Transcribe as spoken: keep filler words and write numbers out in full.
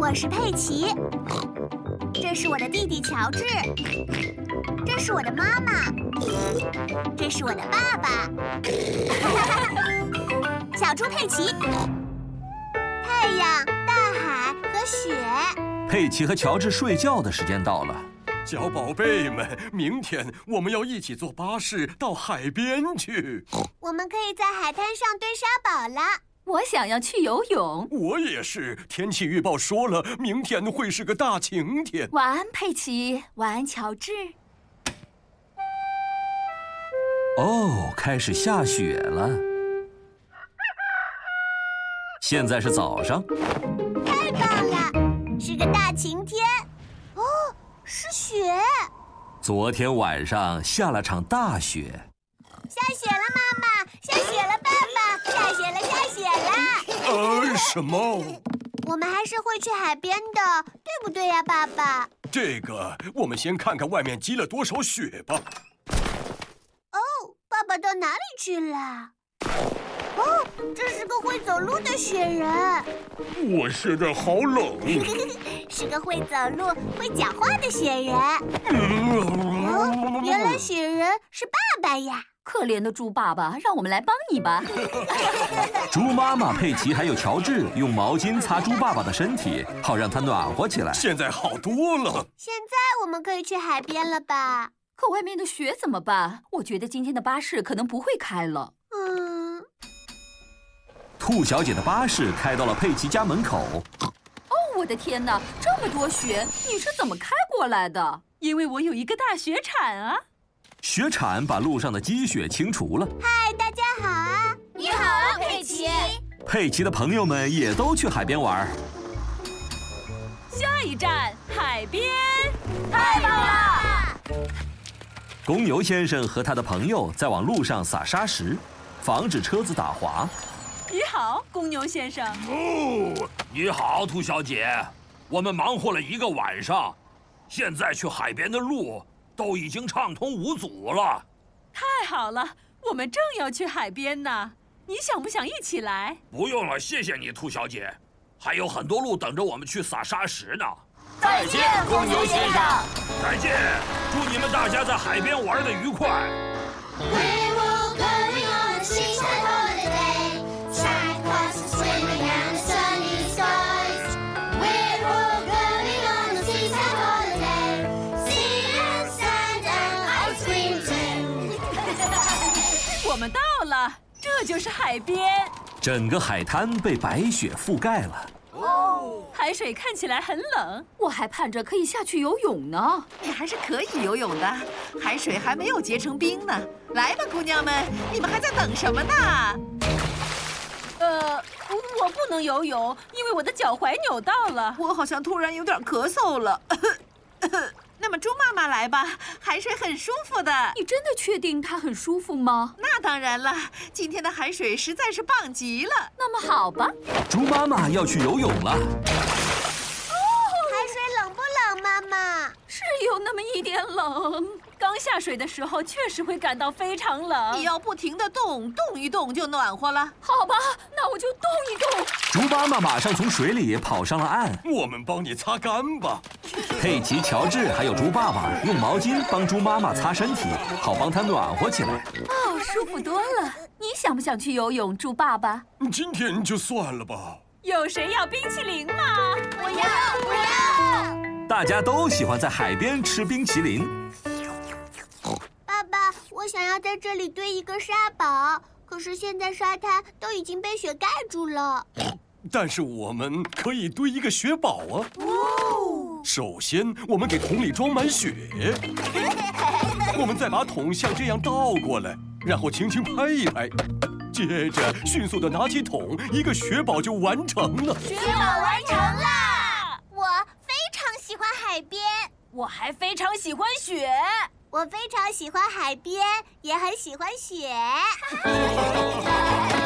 我是佩奇，这是我的弟弟乔治，这是我的妈妈，这是我的爸爸。小猪佩奇，太阳、大海和雪。 佩奇和乔治睡觉的时间到了。 小宝贝们，明天我们要一起坐巴士到海边去。 我们可以在海滩上堆沙堡了。 我想要去游泳。 我也是，天气预报说了，明天会是个大晴天。 晚安，佩奇。晚安，乔治。 哦，开始下雪了。现在是早上。 太棒了，是个大晴天。哦，是雪。 昨天晚上下了场大雪。 下雪了，妈妈！下雪了，爸爸！下雪了，下雪了！ 呃，什么？ 我们还是会去海边的，对不对呀，爸爸？ 这个，我们先看看外面积了多少雪吧。 哦，爸爸到哪里去了？哦，这是个会走路的雪人。 我现在好冷。 是个会走路、会讲话的雪人。哦，原来雪人是爸爸呀！ 可怜的猪爸爸，让我们来帮你吧。 猪妈妈佩奇还有乔治用毛巾擦猪爸爸的身体，好让他暖和起来。 现在好多了。 现在我们可以去海边了吧？ 可外面的雪怎么办？我觉得今天的巴士可能不会开了。 嗯。 兔小姐的巴士开到了佩奇家门口。 哦，我的天哪，这么多雪，你是怎么开过来的？因为我有一个大雪铲啊。 雪铲把路上的积雪清除了。 嗨，大家好啊！ 你好啊，佩奇。 佩奇的朋友们也都去海边玩。 下一站，海边。 太棒了！ 公牛先生和他的朋友在往路上撒沙石，防止车子打滑。 你好，公牛先生。 哦，你好，兔小姐。我们忙活了一个晚上，现在去海边的路都已经畅通无阻了。 太好了，我们正要去海边呢。你想不想一起来？ 不用了，谢谢你，兔小姐。还有很多路等着我们去撒沙石呢。 再见，公牛先生。 再见，祝你们大家在海边玩得愉快。 我们到了，这就是海边。 整个海滩被白雪覆盖了。 哦，海水看起来很冷，我还盼着可以下去游泳呢。 你还是可以游泳的，海水还没有结成冰呢。来吧，姑娘们，你们还在等什么呢？ 呃，我不能游泳，因为我的脚踝扭到了。 我好像突然有点咳嗽了。那么猪妈妈来吧，海水很舒服的。 你真的确定它很舒服吗？ 那当然了，今天的海水实在是棒极了。 那么好吧。 猪妈妈要去游泳了。 哦，海水冷不冷，妈妈？ 是有那么一点冷。刚下水的时候确实会感到非常冷。 你要不停地动，动一动就暖和了。 好吧，那我就动一动。 猪妈妈马上从水里跑上了岸。 我们帮你擦干吧。 佩奇、乔治还有猪爸爸用毛巾帮猪妈妈擦身体，好帮她暖和起来。 哦，舒服多了。你想不想去游泳，猪爸爸？ 今天就算了吧。 有谁要冰淇淋吗？ 我要，我要。 大家都喜欢在海边吃冰淇淋。 爸爸，我想要在这里堆一个沙堡，可是现在沙滩都已经被雪盖住了。 但是我们可以堆一个雪堡啊！ 哦， 首先，我们给桶里装满雪，我们再把桶像这样倒过来，然后轻轻拍一拍，接着迅速地拿起桶，一个雪堡就完成了。 雪堡完成啦！ 我非常喜欢海边， 我还非常喜欢雪。 我非常喜欢海边，也很喜欢雪。